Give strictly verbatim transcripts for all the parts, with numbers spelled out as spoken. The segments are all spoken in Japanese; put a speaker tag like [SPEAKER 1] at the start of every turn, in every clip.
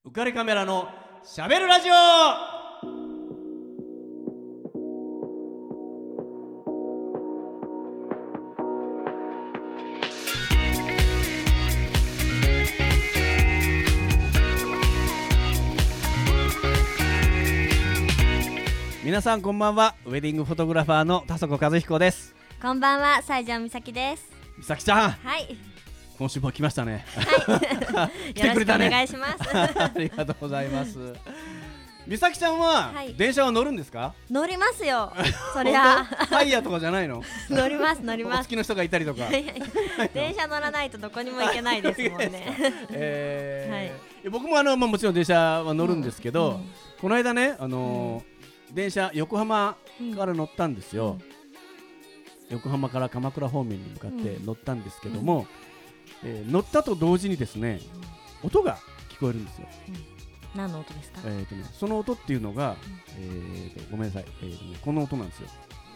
[SPEAKER 1] 浮かれカメラのしゃべるラジオ。皆さんこんばんは。ウェディングフォトグラファーの田底和彦です。
[SPEAKER 2] こんばんは、西条美咲です。
[SPEAKER 1] 美咲ちゃん、
[SPEAKER 2] はい、
[SPEAKER 1] 今週も来ましたね。
[SPEAKER 2] はい、
[SPEAKER 1] 来てくれたね。
[SPEAKER 2] よろしくお願いします。
[SPEAKER 1] ありがとうございます。美咲ちゃんは、はい、電車は乗るんですか？
[SPEAKER 2] 乗りますよ。そりゃ
[SPEAKER 1] ハイヤーとかじゃないの？
[SPEAKER 2] 乗ります乗ります。
[SPEAKER 1] お付きの人がいたりとか。
[SPEAKER 2] 電車乗らないとどこにも行けないですもんね。
[SPEAKER 1] えーはい、僕もあの、まあ、もちろん電車は乗るんですけど、うんうん、この間ね、あのーうん、電車横浜から乗ったんですよ、うん、横浜から鎌倉方面に向かって乗ったんですけども、うんえー、乗ったと同時にですね、うん、音が聞こえるんですよ、うん、
[SPEAKER 2] 何の音ですか？
[SPEAKER 1] えーとね、その音っていうのが、うんえーとごめんなさい、えーとね、この音なんですよ。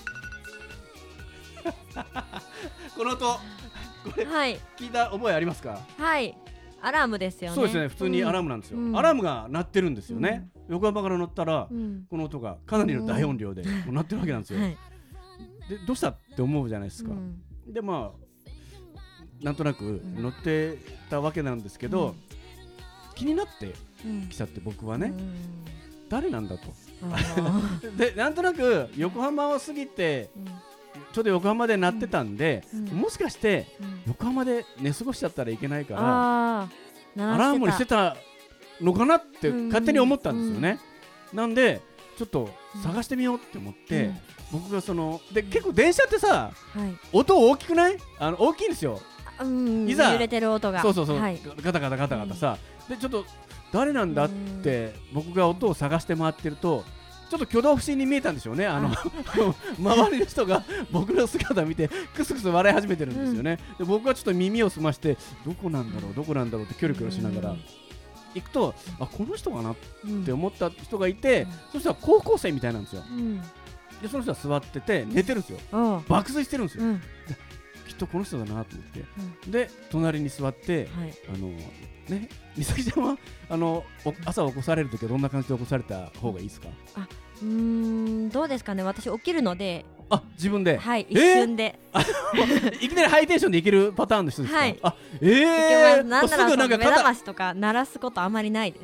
[SPEAKER 1] この音これ、はい、聞いた覚えありますか？
[SPEAKER 2] はい、アラームですよね。
[SPEAKER 1] そうですね、普通にアラームなんですよ、うん、アラームが鳴ってるんですよね、うん、横浜から乗ったら、うん、この音がかなりの大音量で鳴ってるわけなんですよ、はい、でどうしたって思うじゃないですか、うん、でまあなんとなく乗ってたわけなんですけど、うん、気になってきちゃって僕はね、うん、誰なんだとでなんとなく横浜を過ぎて、うん、ちょうど横浜で鳴ってたんで、うん、もしかして横浜で寝過ごしちゃったらいけないから、うん、アラームにしてたのかなって勝手に思ったんですよね、うん、なんでちょっと探してみようって思って、うん、僕がそので結構電車ってさ、はい、音大きくない？あの大きいんですよ、
[SPEAKER 2] うん、いざ揺れてる音が
[SPEAKER 1] そうそうそう、はい、ガタガタガタガタさ、うん、でちょっと誰なんだって僕が音を探して回ってるとちょっと挙動不審に見えたんでしょうね。あの周りの人が僕の姿を見てクスクス笑い始めてるんですよね、うん、で僕はちょっと耳を澄ましてどこなんだろうどこなんだろうってキョロキョロしながら行くと、あこの人かなって思った人がいて、うん、そしたら高校生みたいなんですよ、うん、でその人は座ってて寝てるんですよ、うん、爆睡してるんですよ、うん、きっとこの人だなと思って、うん、で隣に座って、はい、あのね、美咲ちゃんはあの朝起こされるときはどんな感じで起こされた方がいいですか？
[SPEAKER 2] あうーんどうですかね、私起きるので、
[SPEAKER 1] あ自分で、
[SPEAKER 2] はい、一瞬で、
[SPEAKER 1] えー、いきなりハイテンションでいけるパターンの人ですか？はい、あえ
[SPEAKER 2] ー、いけます。なんなら目覚ましとか鳴らすことあまりないです。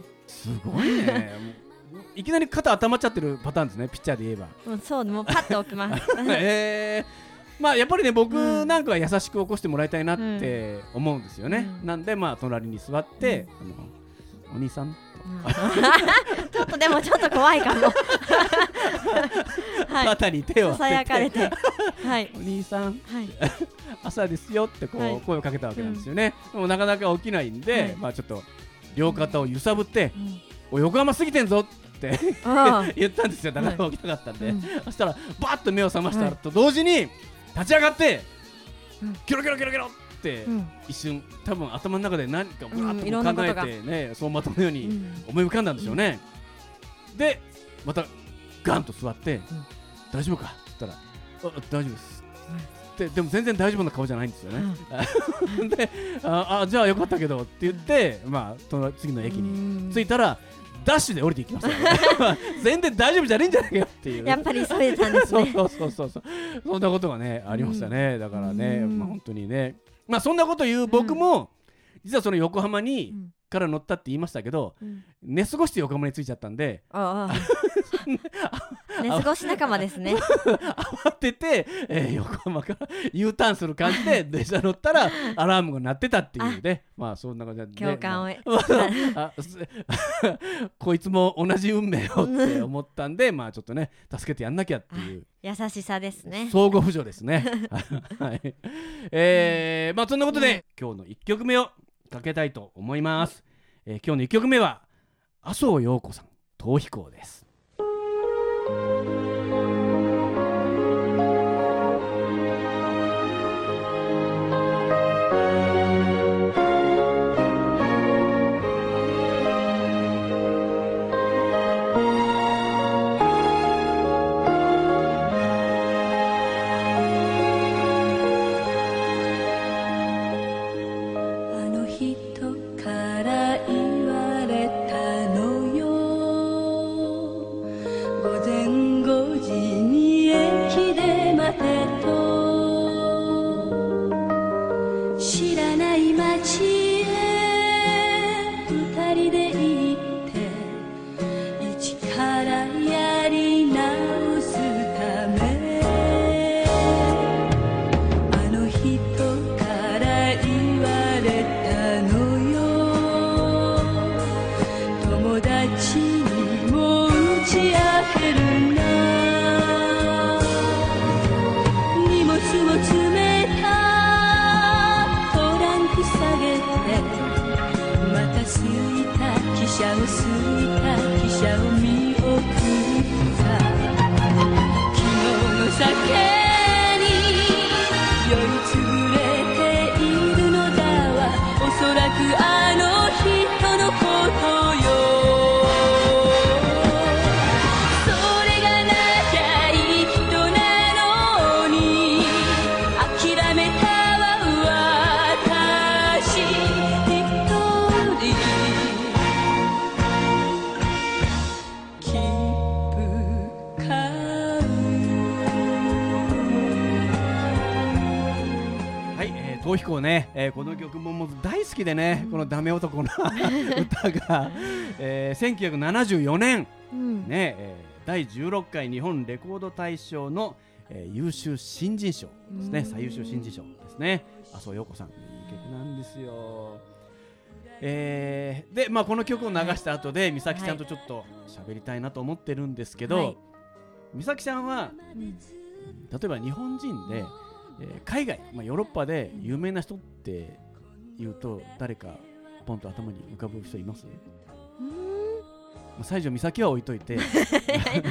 [SPEAKER 1] すごいね。いきなり肩温まっちゃってるパターンですね、ピッチャーで言えば。
[SPEAKER 2] うん、そう、もうパッと起きます。
[SPEAKER 1] えーまあ、やっぱりね僕なんかは優しく起こしてもらいたいなって思うんですよね、うん、なんでまあ隣に座って、うん、あのお兄さん、うん、
[SPEAKER 2] ちょっとでもちょっと怖いかも。
[SPEAKER 1] はい、肩に手を当てて
[SPEAKER 2] さやかれて、はい、
[SPEAKER 1] お兄さん、はい、朝ですよってこう、はい、声をかけたわけなんですよね、うん、でもなかなか起きないんで、はい、まあちょっと両肩を揺さぶって、うん、お横浜過ぎてんぞって言ったんですよ。だから起きなかったんで、はいうん、そしたらバッと目を覚ましたと同時に立ち上がって、うん、キョロキョロキョロキョロって、うん、一瞬多分頭の中で何かブワッと考えてね、走馬灯のように思い浮かんだんでしょうね、うん、でまたガンと座って、うん、大丈夫かって言ったら、あ大丈夫です、うん、で, でも全然大丈夫な顔じゃないんですよね、うん、で あ, あじゃあよかったけどって言って、まあ、次の駅に着いたらダッシュで降りていきました、ね、全然大丈夫じゃねえんじゃないかよっていう、
[SPEAKER 2] やっぱり急いでたんですね。
[SPEAKER 1] そうそうそうそう、そんなことがねありましたね、うん、だからね、まあ、本当にね、まあそんなこと言う僕も、うん、実はその横浜に、うんから乗ったって言いましたけど、うん、寝過ごして横浜に着いちゃったんで、
[SPEAKER 2] ああ寝過ごし仲間ですね。
[SPEAKER 1] 慌てて、えー、横浜から U ターンする感じで電車乗ったらアラームが鳴ってたっていうね、まあそんな感じで、ね、
[SPEAKER 2] 共感を、
[SPEAKER 1] まあ、こいつも同じ運命をって思ったんでまあちょっとね助けてやんなきゃっていう
[SPEAKER 2] 優しさですね、
[SPEAKER 1] 相互扶助ですね。はい、えー、まあそんなことで、うん、今日のいっきょくめをかけたいと思います、えー、今日のいっきょくめは麻生陽子さん逃避行です。
[SPEAKER 3] あの人から言われた人で行って一からやり直すため、あの人から言われたのよ、友達にも打ち明けるな、荷物を詰めたトランク下げて、またすいた汽車をすいた汽車を見送った、昨日の酒に酔いつぶれているのだわ、おそらくあの人のことよ、それが仲いい人なのに諦めたわ私一人、切符買う。
[SPEAKER 1] はい、えー、逃避行ね、えー、この曲ももう大好きでね、このダメ男の歌が、えー、せんきゅうひゃくななじゅうよねん、
[SPEAKER 2] うん
[SPEAKER 1] ね、えー、だいじゅうろっかい日本レコード大賞の、えー、優秀新人賞ですね、最優秀新人賞ですね、麻生陽子さん、いい曲なんですよ。えー、で、まあ、この曲を流した後で、はい、美咲ちゃんとちょっと喋りたいなと思ってるんですけど、はい、美咲ちゃんは、うん、例えば日本人で、えー、海外、まあ、ヨーロッパで有名な人って言うと誰かポンと頭に浮かぶ人います？うーん、まあ、西条美咲は置いといて、えー、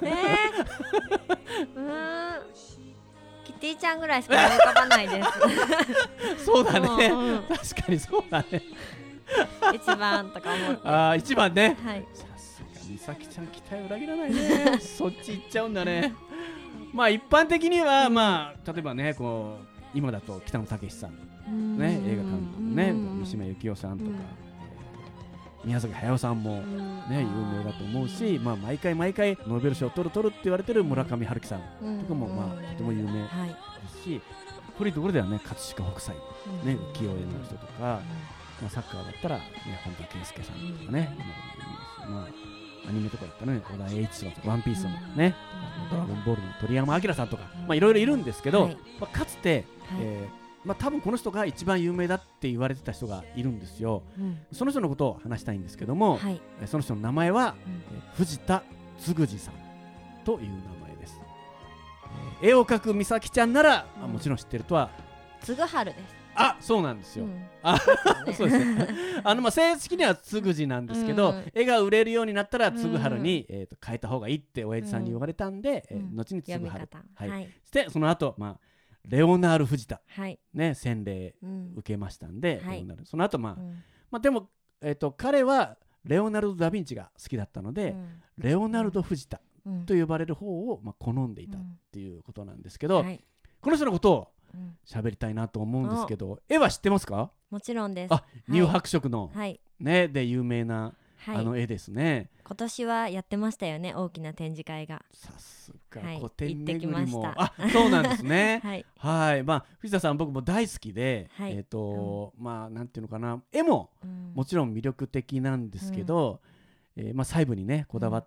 [SPEAKER 2] うーん、キティちゃんぐらいしか浮かばないです
[SPEAKER 1] そうだね、
[SPEAKER 2] うん、
[SPEAKER 1] 確かにそうだね
[SPEAKER 2] 一番とか思って、
[SPEAKER 1] ああ一番ね、
[SPEAKER 2] はい、
[SPEAKER 1] さすが美咲ちゃん期待裏切らないねそっち行っちゃうんだね。まあ一般的には、まあ例えばね、こう今だと北野武さん、ね、映画監督ね、三島由紀夫さんとか、えー、宮崎駿さんもね有名だと思うし、まあ毎回毎回ノーベル賞を取る取るって言われてる村上春樹さんとかもまあとても有名ですし、これところではね葛飾北斎ね浮世絵の人とか、まあサッカーだったらね本田圭佑さんとかね、まあアニメとかだったらね小田栄一さんとかワンピースのね、ドラゴンボールの鳥山明さんとか、まあいろいろいるんですけど、まあかつて、えーまあ、多分この人が一番有名だって言われてた人がいるんですよ、うん、その人のことを話したいんですけども、はい、その人の名前は、うんえー、藤田嗣治さんという名前です、えー、絵を描く美咲ちゃんなら、うん、もちろん知ってるとは
[SPEAKER 2] 嗣治です。
[SPEAKER 1] あ、そうなんですよ、うん、あそうですねあのまあ正式には嗣治なんですけど、うん、絵が売れるようになったら嗣治に、うんえー、と変えた方がいいって親父さんに言われたんで、うんえー、後に嗣治、はいはい、してその後、まあレオナール・藤田、はいね、洗礼受けましたんで、うん、レオナル、はい、その後、まあうんまあ、でも、えー、と彼はレオナルド・ダ・ヴィンチが好きだったので、うん、レオナルド・藤田と呼ばれる方を、まあ、好んでいたっていうことなんですけど、うんはい、この人のことを喋りたいなと思うんですけど、うん、絵は知ってますか？
[SPEAKER 2] もちろんです。
[SPEAKER 1] あ、乳白色の、
[SPEAKER 2] はい
[SPEAKER 1] ね、で有名なはい、あの絵ですね。
[SPEAKER 2] 今年はやってましたよね、大きな展示会が。
[SPEAKER 1] さすが、はい、古典巡りもあ、そうなんですねはい、はい、まあ藤田さん僕も大好きで、はい、えっ、ー、と、うん、まあなんていうのかな、絵も、うん、もちろん魅力的なんですけど、うんえー、まあ細部にねこだわって、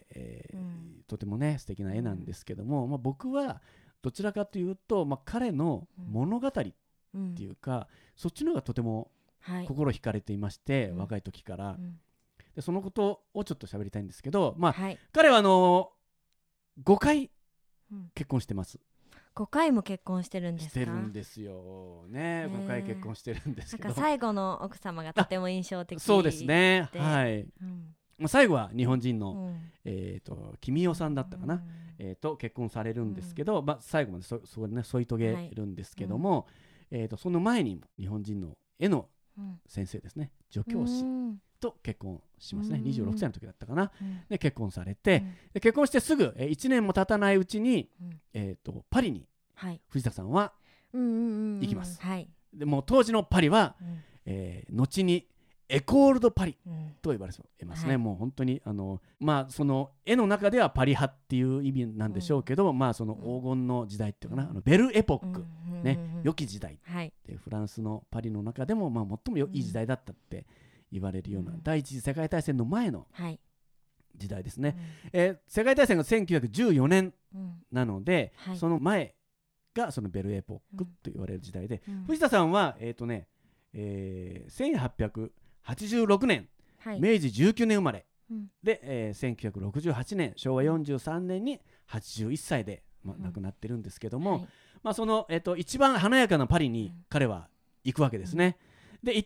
[SPEAKER 1] うんえーうん、とてもね素敵な絵なんですけども、まあ、僕はどちらかというと、まあ、彼の物語っていうか、うん、そっちの方がとても心惹かれていまして、はい、若い時から、うんでそのことをちょっと喋りたいんですけど、まあはい、彼はあのごかい結婚してます、
[SPEAKER 2] うん、ごかいも結婚してるんですか？
[SPEAKER 1] してるんですよね、ごかい結婚してるんですけど、
[SPEAKER 2] なんか最後の奥様がとても印象的で、
[SPEAKER 1] そうですね、はい、うんまあ、最後は日本人の、うんえー、と君代さんだったかな、うんえー、と結婚されるんですけど、うんまあ、最後まで そ, そこでね添い遂げるんですけども、はいえー、とその前にも日本人の絵の先生ですね、助教師、うんと結婚しますね、にじゅうろくさいの時だったかな、うん、で結婚されて、うん、で結婚してすぐ、えー、いちねんも経たないうちに、うんえー、とパリに藤田さんは行きます。でもう当時のパリは、うんえー、後にエコール・ド・パリと呼ばれますね、はい、もう本当にあの、まあ、その絵の中ではパリ派っていう意味なんでしょうけど、うんまあ、その黄金の時代っていうかな、うん、あのベルエポック、うんね、良き時代、はい、でフランスのパリの中でも、まあ、最もいい時代だったって言われるような、
[SPEAKER 2] うん、
[SPEAKER 1] 第一次世界大戦の前の時代ですね、
[SPEAKER 2] うん
[SPEAKER 1] えー、世界大戦がせんきゅうひゃくじゅうよねんなので、
[SPEAKER 2] うんはい、
[SPEAKER 1] その前がそのベルエポックと言われる時代で、
[SPEAKER 2] うん、
[SPEAKER 1] 藤田さんは、えーとねえー、せんはっぴゃくはちじゅうろくねん、はい、明治じゅうきゅうねん生まれ、うん、で、えー、せんきゅうひゃくろくじゅうはちねんしょうわよんじゅうさんねんにはちじゅういっさいで、まあ、亡くなってるんですけども、うんはいまあそのえー、と一番華やかなパリに彼は行くわけですね、うん、で行って、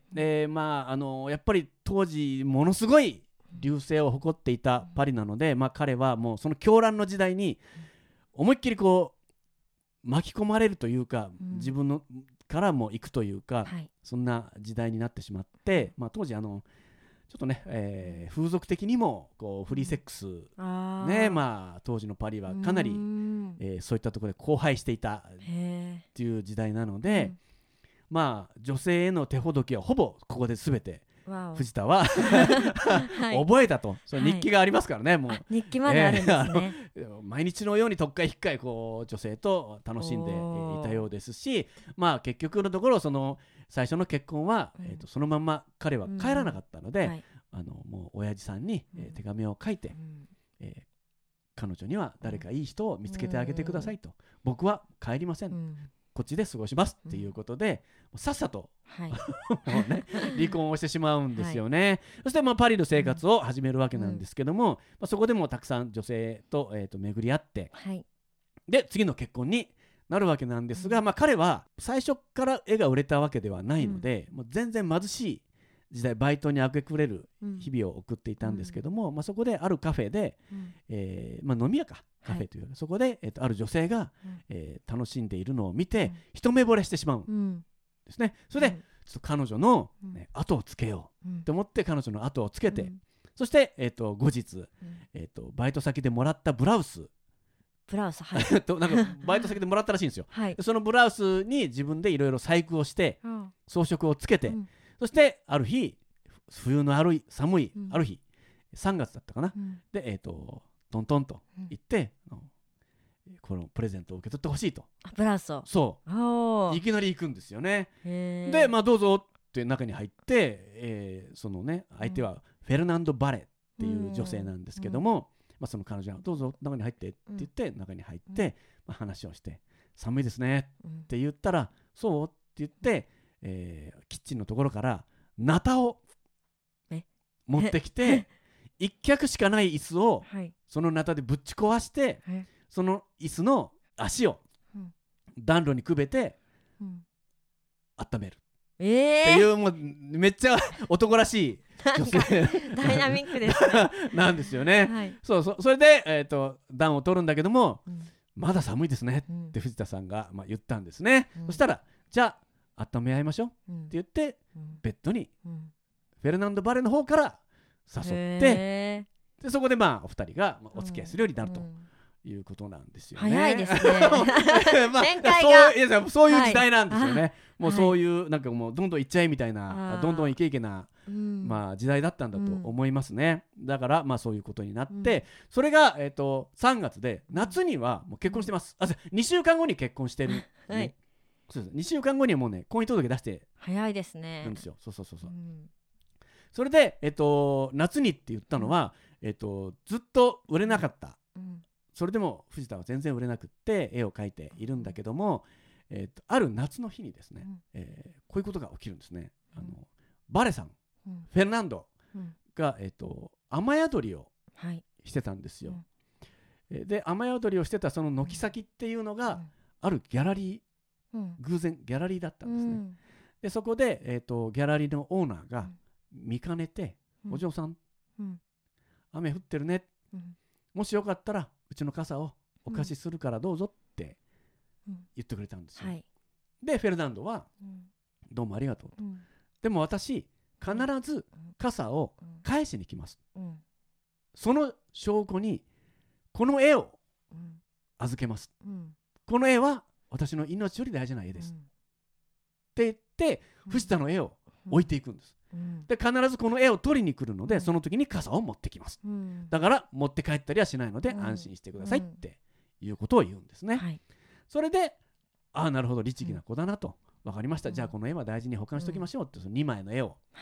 [SPEAKER 1] えーまあ、あのやっぱり当時ものすごい隆盛を誇っていたパリなので、まあ、彼はもうその狂乱の時代に思いっきりこう巻き込まれるというか、うん、自分のからも行くというか、はい、そんな時代になってしまって、まあ、当時あのちょっとね、えー、風俗的にもこうフリーセックス、うんねまあ、当時のパリはかなり、えー、そういったところで荒廃していたっていう時代なので、うんまあ、女性への手ほどきはほぼここで全て藤田は覚えたと、その日記がありますからね、はい、もう
[SPEAKER 2] 日記まであるんですね、
[SPEAKER 1] えー、毎日のように特会引っかいこう女性と楽しんでいたようですし、まあ、結局のところその最初の結婚は、うんえー、とそのまま彼は帰らなかったので、うんはい、あのもう親父さんに、えー、手紙を書いて、うんえー、彼女には誰かいい人を見つけてあげてくださいと、うん、僕は帰りません、うんこっちで過ごしますっていうことで、うん、さっさと、はい、もうね、離婚をしてしまうんですよね、はい、そしてまあパリの生活を始めるわけなんですけども、うんまあ、そこでもたくさん女性と、えー、と巡り合って、はい、で次の結婚になるわけなんですが、うんまあ、彼は最初から絵が売れたわけではないので、うん、もう全然貧しい時代バイトに明け暮れる日々を送っていたんですけども、うんまあ、そこであるカフェで、うんえーまあ、飲み屋かカフェという、はい、そこで、えー、とある女性が、うんえー、楽しんでいるのを見て、うん、一目惚れしてしまうんですね、うん、それで、うん、ちょっと彼女の、ね、後をつけようと思って彼女の後をつけて、うん、そして、えー、と後日、うんえー、とバイト先でもらったブラウス
[SPEAKER 2] ブラウス、はい、
[SPEAKER 1] となんかバイト先でもらったらしいんですよ、はい、そのブラウスに自分でいろいろ細工をして、うん、装飾をつけて、うんそしてある日冬のある寒いある日、うん、さんがつだったかな、うん、で、えー、とトントンと言って、うん、このプレゼントを受け取ってほしいと
[SPEAKER 2] ブラウスを
[SPEAKER 1] そういきなり行くんですよね。で、まあ、どうぞって中に入って、えー、そのね相手はフェルナンド・バレっていう女性なんですけども、うんまあ、その彼女がどうぞ中に入ってって言って、うん、中に入って、まあ、話をして寒いですねって言ったら、うん、そうって言ってえー、キッチンのところからナタを持ってきて一脚しかない椅子をそのナタでぶっち壊してその椅子の足を暖炉にくべて温めるっていう、もうめっちゃ男らしい女性
[SPEAKER 2] ダイナミックですね
[SPEAKER 1] なんですよね、はい、そうそうそれで、えーと、暖を取るんだけども、うん、まだ寒いですねって藤田さんが、まあ、言ったんですね、うん、そしたらじゃあ温め合いましょうって言って、うん、ベッドにフェルナンド・バレの方から誘ってでそこでまあお二人がお付き合いするようになるということなんですよね。
[SPEAKER 2] 早いですね
[SPEAKER 1] まあ、
[SPEAKER 2] 展開が
[SPEAKER 1] そういやそういう時代なんですよね、はい、もうそういうなんかもうどんどん行っちゃえみたいなどんどんイケイケな、まあ、時代だったんだと思いますね、うん、だからまあそういうことになって、うん、それが、えーと、さんがつで夏にはもう結婚してます、うん、あにしゅうかんごに結婚してる、ねはいそうですにしゅうかんごにはもうね婚姻届出して
[SPEAKER 2] 早いですね
[SPEAKER 1] るんですよ。そうそうそうそう、うん、それで、えっと、夏にって言ったのは、うんえっと、ずっと売れなかった、うん、それでも藤田は全然売れなくって絵を描いているんだけども、えっと、ある夏の日にですね、うんえー、こういうことが起きるんですね、うん、あのバレさん、うん、フェルナンドが、えっと、雨宿りをしてたんですよ、はい、で雨宿りをしてたその軒先っていうのが、うん、あるギャラリーうん、偶然ギャラリーだったんですね、うん、でそこで、えーと、ギャラリーのオーナーが見かねて、うん、お嬢さん、うん、雨降ってるね、うん、もしよかったらうちの傘をお貸しするからどうぞって言ってくれたんですよ、うんはい、でフェルナンドは、うん、どうもありがとうと、うん、でも私必ず傘を返しに来ます、うん、その証拠にこの絵を預けます、うん、この絵は私の命より大事な絵です、うん、って言って藤田の絵を置いていくんです、うん、で必ずこの絵を取りに来るので、うん、その時に傘を持ってきます、うん、だから持って帰ったりはしないので安心してくださいっていうことを言うんですね、うんはい、それでああなるほど律儀な子だなと分かりました、うん、じゃあこの絵は大事に保管しておきましょうってそのにまいの絵を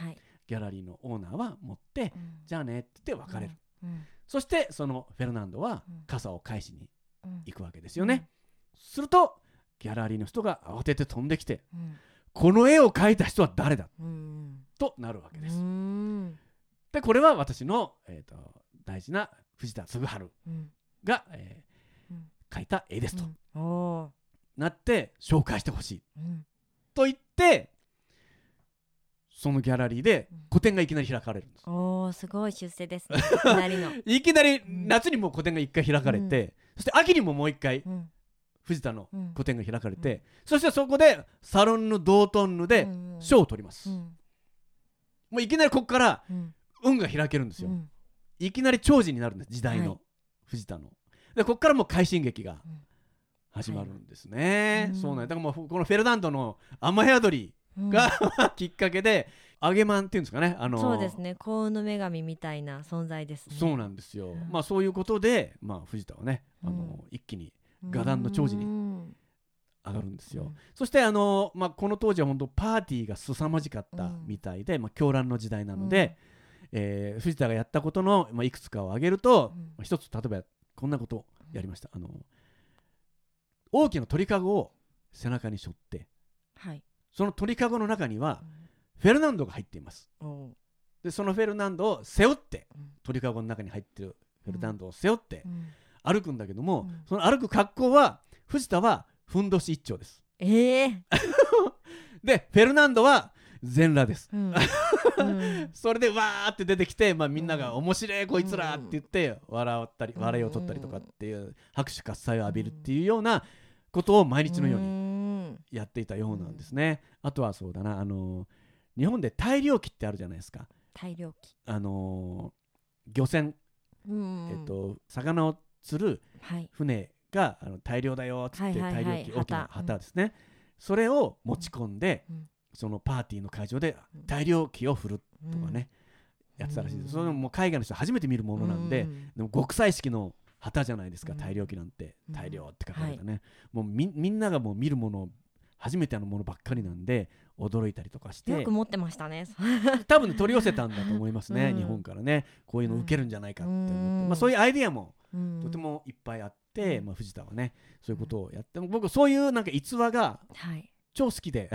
[SPEAKER 1] ギャラリーのオーナーは持って、
[SPEAKER 2] うん、
[SPEAKER 1] じゃあねって言って別れる、
[SPEAKER 2] うん、
[SPEAKER 1] そしてそのフェルナンドは傘を返しに行くわけですよね、
[SPEAKER 2] うん、
[SPEAKER 1] するとギャラリーの人が慌てて飛んできて、
[SPEAKER 2] うん、
[SPEAKER 1] この絵を描いた人は誰だ、
[SPEAKER 2] うん、
[SPEAKER 1] となるわけです、
[SPEAKER 2] うん、
[SPEAKER 1] でこれは私の、えーと、大事な藤田嗣治が、えーうん、描いた絵ですと、
[SPEAKER 2] うん、
[SPEAKER 1] なって紹介してほしい、
[SPEAKER 2] うん、
[SPEAKER 1] と言ってそのギャラリーで個展がいきなり開かれるんです、
[SPEAKER 2] うん、おーすごい出世ですねいきなりの
[SPEAKER 1] いきなり夏にも個展がいっかい開かれて、うん、そして秋にももういっかい、うん、藤田の個展が開かれて、うん、そしてそこでサロンヌ・ドートンヌで賞を取ります、うん、もういきなりここから運が開けるんですよ、うん、いきなり長寿になるんです時代の、はい、藤田のでここからもう快進撃が始まるんですね、はい、そうなんだからもうこのフェルナンドの雨宿りが、うん、きっかけでアゲマンっていうんですかね、あのー、
[SPEAKER 2] そうですね幸運の女神みたいな存在ですね。
[SPEAKER 1] そうなんですよ、うん、まあそういうことで、まあ、藤田はね、あのーうん、一気に画壇の長寿に上がるんですよ、うん、そしてあのーまあ、この当時は本当パーティーが凄まじかったみたいで、うんまあ、狂乱の時代なので、うんえー、藤田がやったことの、まあ、いくつかを挙げると、うんまあ、一つ例えばこんなことをやりました、うん、あの大きな鳥かごを背中に背負って、はい、その鳥かごの中にはフェルナンドが入っています、うん、でそのフェルナンドを背負って、うん、鳥かごの中に入っているフェルナンドを背負って歩くんだけども、うん、その歩く格好は藤田はふんどし一丁です、
[SPEAKER 2] えー、
[SPEAKER 1] でフェルナンドは全裸です、うんうん、それでわーって出てきて、まあ、みんなが面白いこいつらって言って笑ったり笑いを取ったりとかっていう拍手喝采を浴びるっていうようなことを毎日のようにやっていたようなんですね。あとはそうだな、あの日本で大漁旗ってあるじゃないですか。
[SPEAKER 2] 大漁旗、
[SPEAKER 1] あの漁船、えっと、魚を釣る船が、はい、あの大漁だよっつって、はいはいはい、大漁旗大きな旗ですね、うん、それを持ち込んで、うんそのパーティーの会場で大漁旗を振るとかね、うん、やってたらしいです。それも海外の人は初めて見るものなんで、うん、でも極彩色の旗じゃないですか、うん、大漁旗なんて、うん、大漁って書かれたね、はい、もう み, みんながもう見るもの初めてのものばっかりなんで驚いたりとかして
[SPEAKER 2] よく持ってましたね
[SPEAKER 1] 多分、ね、取り寄せたんだと思いますね、うん、日本からねこういうの受けるんじゃないかって思って、うんまあ、そういうアイディアもとてもいっぱいあって、うんまあ、藤田はねそういうことをやって僕そういうなんか逸話が、はい超好きで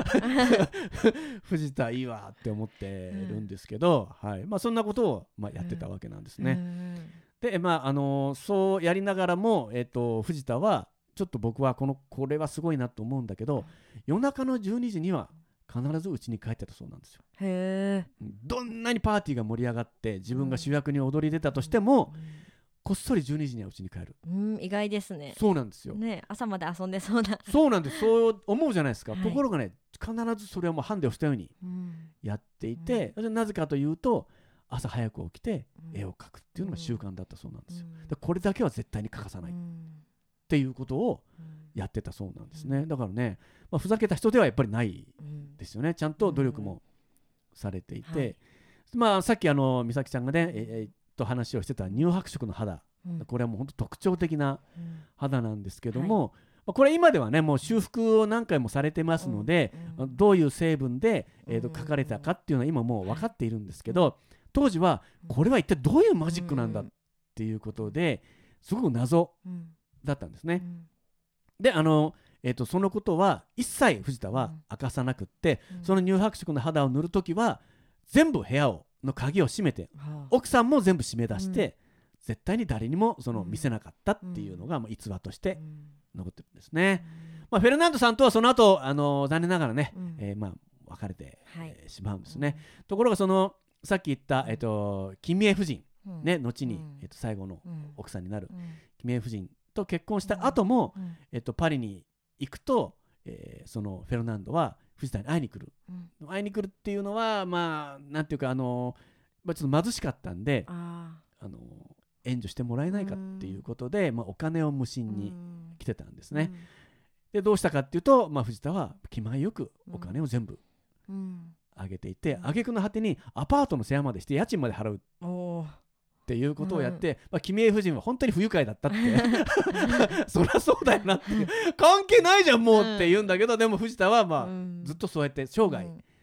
[SPEAKER 1] 藤田いいわって思ってるんですけど、うんはいまあ、そんなことを、まあ、やってたわけなんですね、うん、で、まああのー、そうやりながらも、えーと、藤田はちょっと僕はこのこれはすごいなと思うんだけど、うん、夜中のじゅうにじには必ず家に帰ってたそうなんですよ。
[SPEAKER 2] へー。
[SPEAKER 1] どんなにパーティーが盛り上がって自分が主役に踊り出たとしても、うんこっそりじゅうにじには家に帰る。
[SPEAKER 2] うん意外ですね。
[SPEAKER 1] そうなんですよ、
[SPEAKER 2] ね、朝まで遊んでそうな
[SPEAKER 1] そうなんです。そう思うじゃないですか、はい、ところがね必ずそれはもうハンデをしたようにやっていて、うん、なぜかというと朝早く起きて絵を描くっていうのが習慣だったそうなんですよ、うん、でこれだけは絶対に欠かさない、うん、っていうことをやってたそうなんですね、うん、だからね、まあ、ふざけた人ではやっぱりないですよね。ちゃんと努力もされていて、うんはいまあ、さっきあの美咲ちゃんがね、えーと話をしてた乳白色の肌、うん、これはもう本当特徴的な肌なんですけども、うんはいまあ、これ今ではねもう修復を何回もされてますので、うん、どういう成分で、えー、と描かれたかっていうのは今もう分かっているんですけど、当時はこれは一体どういうマジックなんだっていうことですごく謎だったんですね、であの、えー、とそのことは一切藤田は明かさなくって、その乳白色の肌を塗るときは全部部屋をの鍵を閉めて、はあ、奥さんも全部閉め出して、うん、絶対に誰にもその見せなかったっていうのが、うんまあ、逸話として残ってるんですね、うんまあ、フェルナンドさんとはその後、あのー、残念ながらね、うんえーまあ、別れて、はいえー、しまうんですね、うん、ところがそのさっき言った、えーと、キミエ夫人、うんね、後に、うんえーと、最後の奥さんになる、うん、キミエ夫人と結婚した後も、うんえーと、パリに行くと、えー、そのフェルナンドは藤田に会いに来る、うん、会いに来るっていうのはまあなんていうかあの、まあ、ちょっと貧しかったんでああの援助してもらえないかっていうことで、まあ、お金を無心に来てたんですね、うん、でどうしたかっていうと、まあ、藤田は気前よくお金を全部あげていて、挙句の果てにアパートの世話までして家賃まで払うっていうことをやって、うんまあ、キミエ夫人は本当に不愉快だったってそりゃそうだよなって関係ないじゃんもうって言うんだけど、でも藤田は、まあうん、ずっとそうやって生涯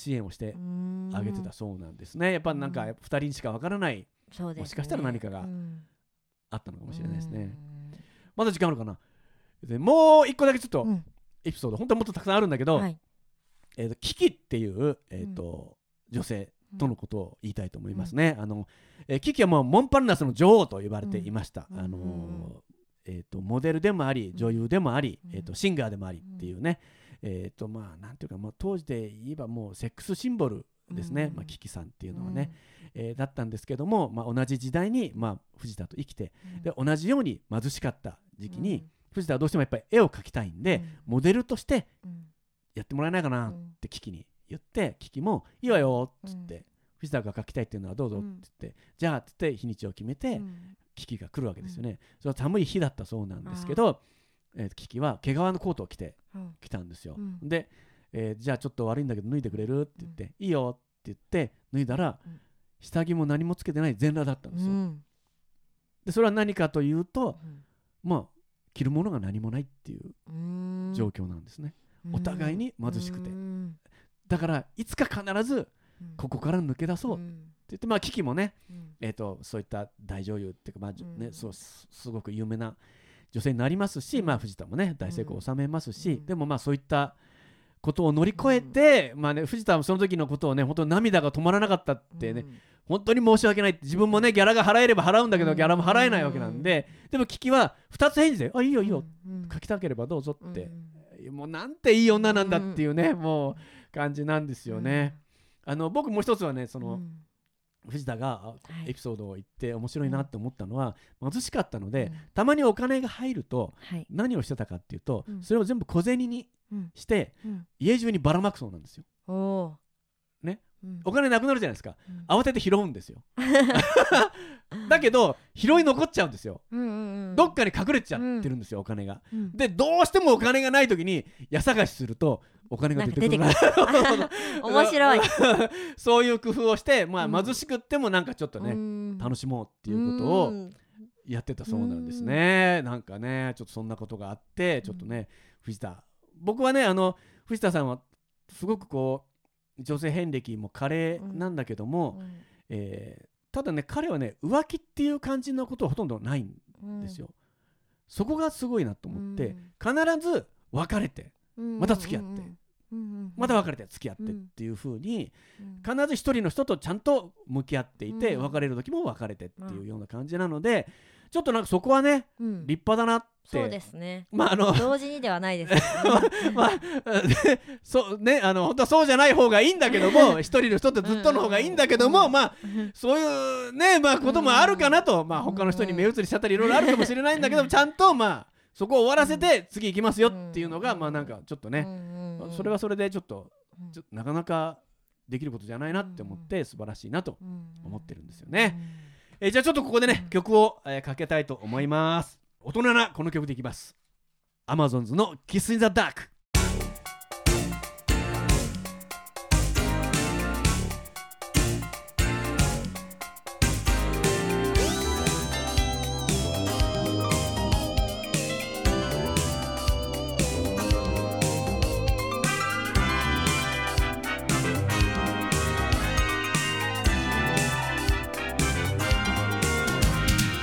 [SPEAKER 1] 支援をしてあげてたそうなんですね。やっぱなんかふたりにしかわからない、
[SPEAKER 2] そうですね、
[SPEAKER 1] もしかしたら何かがあったのかもしれないですね。まだ時間あるかな。でもう一個だけちょっとエピソード、本当はもっとたくさんあるんだけど、はい、えーとキキっていう、えーとうん、女性とのことを言いたいと思いますね。うん、あのえー、キキはもうモンパルナスの女王と呼ばれていました。うん、あのーえーとモデルでもあり女優でもあり、うん、えーとシンガーでもありっていうね、えーとまあなんていうか、まあ、当時で言えばもうセックスシンボルですね、うんまあ、キキさんっていうのはね、うんえー、だったんですけども、まあ、同じ時代に、まあ、藤田と生きて、うん、で同じように貧しかった時期に、うん、藤田はどうしてもやっぱり絵を描きたいんで、うん、モデルとしてやってもらえないかなってキキに言って、キキもいいわよっつって、うん、藤田が描きたいっていうのはどうぞって言って、うん、じゃあって言って日にちを決めて、うん、キキが来るわけですよね。うん、それは寒い日だったそうなんですけど、えー、キキは毛皮のコートを着て来たんですよ。うん、で、えー、じゃあちょっと悪いんだけど脱いでくれるって言って、うん、いいよって言って脱いだら、うん、下着も何もつけてない全裸だったんですよ。うん、でそれは何かというと、うん、まあ着るものが何もないっていう状況なんですね。お互いに貧しくて、だからいつか必ずここから抜け出そうって言って、まあキキもね、えーとそういった大女優っていうか、まあね、そうすごく有名な女性になりますし、まあ、藤田もね大成功を収めますし、うん、でもまあそういったことを乗り越えて、うんまあね、藤田もその時のことをね本当に涙が止まらなかったってね、うん、本当に申し訳ないって、自分もねギャラが払えれば払うんだけど、ギャラも払えないわけなんで、でもキキはふたつ返事であいいよいいよ、うん、書きたければどうぞって、うん、もうなんていい女なんだっていうね、うん、もう感じなんですよね。うん、あの僕もう一つはねその、うん藤田がエピソードを言って面白いなって思ったのは、はい、貧しかったので、うん、たまにお金が入ると何をしてたかっていうと、はい、それを全部小銭にして、うん、家中にばらまくそうなんですよ。おね、うん、お金なくなるじゃないですか、うん、慌てて拾うんですよだけど拾い残っちゃうんですよ、うんうんうん、どっかに隠れちゃってるんですよ、うん、お金が、うん、でどうしてもお金がない時に家探しするとお金が出てくる
[SPEAKER 2] 面白い
[SPEAKER 1] そういう工夫をして、まあ、貧しくってもなんかちょっとね、うん、楽しもうっていうことをやってたそうなんですね。うんなんかねちょっとそんなことがあってちょっとね、うん、藤田僕はねあの藤田さんはすごくこう女性遍歴も華麗なんだけども、うんえー、ただね彼はね浮気っていう感じのことはほとんどないんですよ、うん、そこがすごいなと思って、うん、必ず別れてまた付き合って、うんうんうんまた別れて付き合ってっていう風に、うん、必ず一人の人とちゃんと向き合っていて、うん、別れる時も別れてっていうような感じなので、うん、ちょっとなんかそこはね、うん、立派だなって
[SPEAKER 2] そうですね、
[SPEAKER 1] まあ、あの
[SPEAKER 2] 同時にではないですね
[SPEAKER 1] まあそうねあの本当はそうじゃない方がいいんだけども一人の人とずっとの方がいいんだけども、うん、まあそういうねまあこともあるかなと、まあ他の人に目移りしちゃったりいろいろあるかもしれないんだけどちゃんとまあそこを終わらせて次行きますよっていうのがまあなんかちょっとねそれはそれでちょっとちょっとなかなかできることじゃないなって思って素晴らしいなと思ってるんですよね。えー、じゃあちょっとここでね曲を、えー、かけたいと思います。大人なこの曲でいきます。 Amazons の Kiss in the Dark。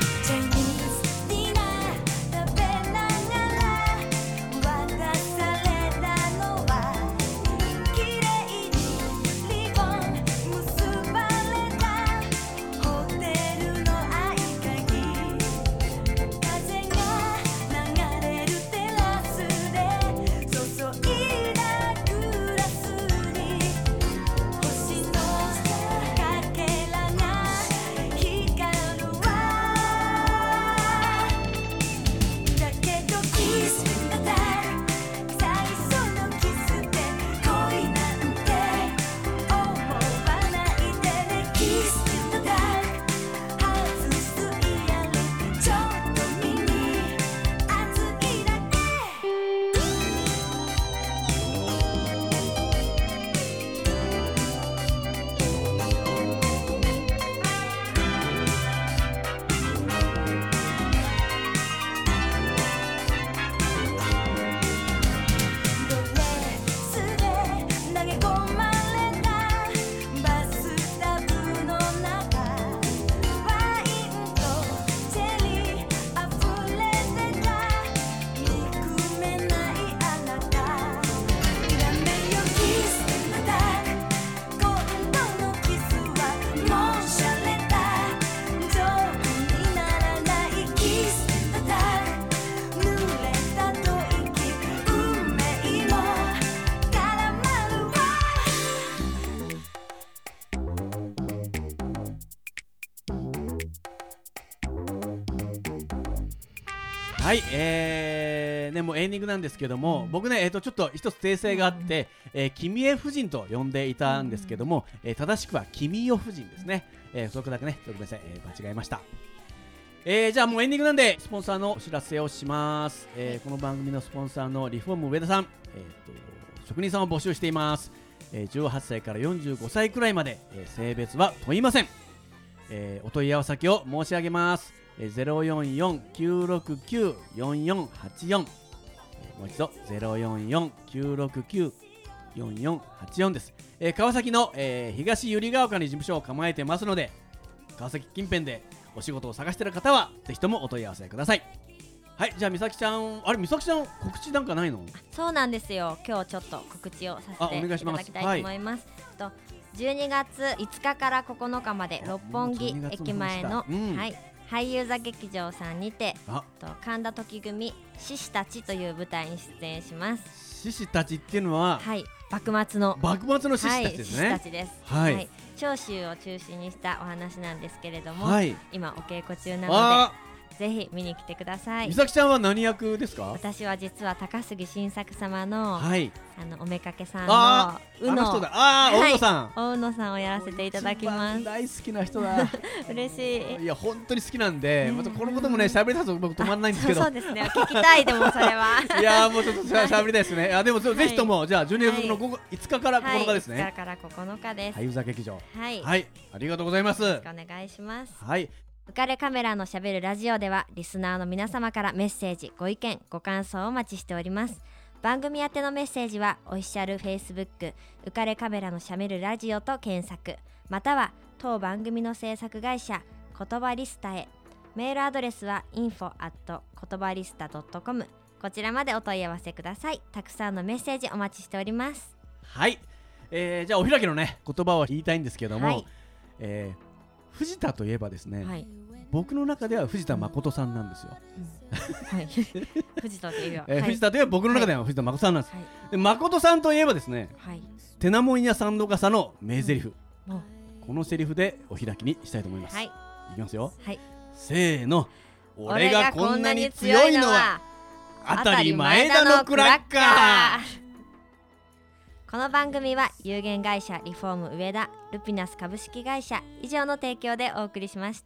[SPEAKER 3] 渡され
[SPEAKER 1] はい、えー、ねもうエンディングなんですけども、うん、僕ね、えーと、ちょっと一つ訂正があって、うんえー、君江夫人と呼んでいたんですけども、うんえー、正しくは君代夫人ですね、えー、そこだけねちょっとごめんなさい、えー、間違えました。えー、じゃあもうエンディングなんでスポンサーのお知らせをします、えー、この番組のスポンサーのリフォーム上田さん、えー、と職人さんを募集しています、えー、じゅうはっさいからよんじゅうごさいくらいまで、えー、性別は問いません、えー、お問い合わせ先を申し上げます。ゼロよんよん きゅうろくきゅう よんよんはちよん、もう一度 ゼロよんよん きゅうろくきゅう よんよんはちよんです、えー、川崎の、えー、東百合ヶ丘に事務所を構えてますので、川崎近辺でお仕事を探している方はぜひともお問い合わせください。はい、じゃあ美咲ちゃん、あれ美咲ちゃん告知なんかないの？
[SPEAKER 2] そうなんですよ、今日ちょっと告知をさせていただきたいと思います。とじゅうにがついつかからここのかまで六本木駅前の、うん、はい俳優座劇場さんにてと神田時組獅子たちという舞台に出演します。
[SPEAKER 1] 獅子たちっていうのは、
[SPEAKER 2] はい、幕末の
[SPEAKER 1] 幕末の獅子たちですね。
[SPEAKER 2] はい、獅子たちです。はい、はい、長州を中心にしたお話なんですけれども、はい、今お稽古中なのでぜひ見に来てください。
[SPEAKER 1] 美咲ちゃんは何役ですか？
[SPEAKER 2] 私は実は高杉晋作様の、はい、あのおめかけさんの
[SPEAKER 1] あ
[SPEAKER 2] うの、
[SPEAKER 1] あの人だ、あー、大野さん、
[SPEAKER 2] 大野さんをやらせていただきます。
[SPEAKER 1] 大好きな人だ
[SPEAKER 2] 嬉しい。
[SPEAKER 1] いや本当に好きなんで、またこのこともね喋りたいと僕止まんないんですけど。
[SPEAKER 2] そうですね、聞きたい。でもそれはい
[SPEAKER 1] やもうちょっと喋りたいですね。あでもぜひともじゃあじゅうにがつのいつかからここのかですね。
[SPEAKER 2] いつかからここのかです。
[SPEAKER 1] 俳優座劇場。
[SPEAKER 2] はい、
[SPEAKER 1] はい、ありがとうございます。よろし
[SPEAKER 2] くお願いします。
[SPEAKER 1] はい。
[SPEAKER 2] 浮かれカメラのしゃべるラジオではリスナーの皆様からメッセージ、ご意見、ご感想をお待ちしております。番組宛てのメッセージはオフィシャル Facebook 浮かれカメラのしゃべるラジオと検索、または当番組の制作会社言葉リスタへ。メールアドレスは インフォ アット 言葉リスタ ドットコム、 こちらまでお問い合わせください。たくさんのメッセージお待ちしております。
[SPEAKER 1] はい、えー、じゃあお開きのね言葉を言いたいんですけども、はい、えー藤田といえばですね、はい、僕の中では藤田誠さんなんですよ、
[SPEAKER 2] うんはい、藤田といえば、
[SPEAKER 1] えーはい、藤田といえば僕の中では藤田誠さんなんです、はい、で誠さんといえばですね、はい、てなもんやさんどかさの名台詞、うん、このセリフでお開きにしたいと思います、はい、いきますよ、はい、せーの、俺がこんなに強いのは当たり前だのクラッカー。
[SPEAKER 2] この番組は有限会社リフォーム上田、ルピナス株式会社以上の提供でお送りしました。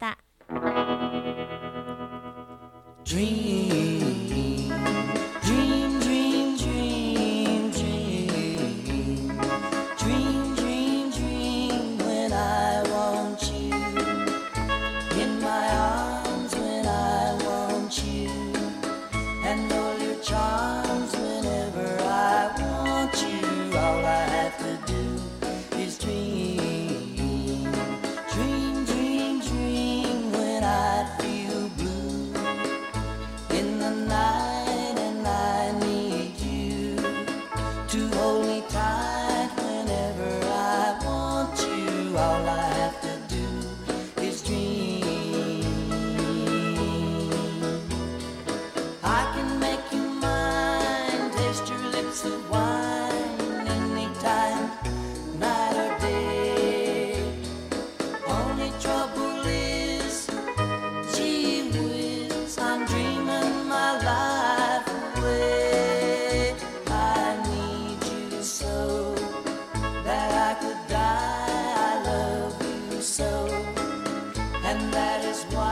[SPEAKER 3] And that is why